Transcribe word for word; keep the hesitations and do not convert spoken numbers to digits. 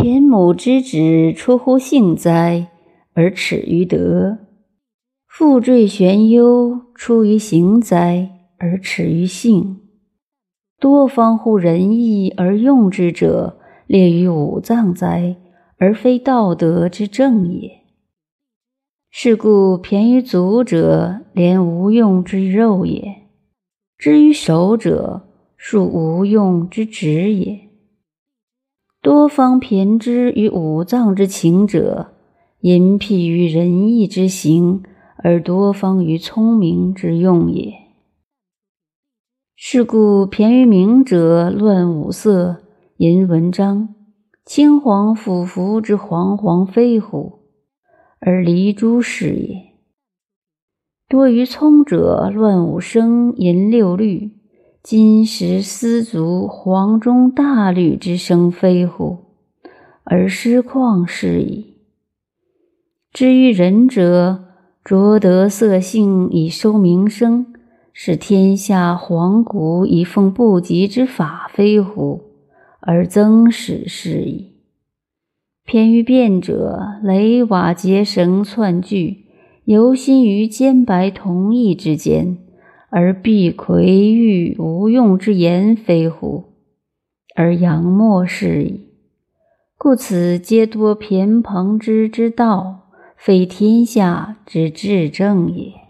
偏母之旨出乎性哉，而耻于德；负坠玄幽出于行哉，而耻于性。多方乎仁义而用之者，列于五脏哉，而非道德之正也。是故偏于足者，连无用之肉也；至于手者，数无用之职也。多方偏之于五脏之情者，因辟于仁义之行，而多方于聪明之用也。是故偏于明者，乱五色，淫文章，青黄腐腐之煌煌飞乎，而离诸事也。多于聪者，乱五声，淫六律，金石丝足，黄钟大律之声飞乎，而失旷是矣。至于仁者，着得色性以收名声，使天下黄谷以奉不及之法飞乎，而增始是矣。偏于辩者，雷瓦结绳窜炬，游心于坚白铜异之间，而避魁玉无用之言飞乎，而扬莫是矣。故此皆多偏朋之之道，非天下之至正也。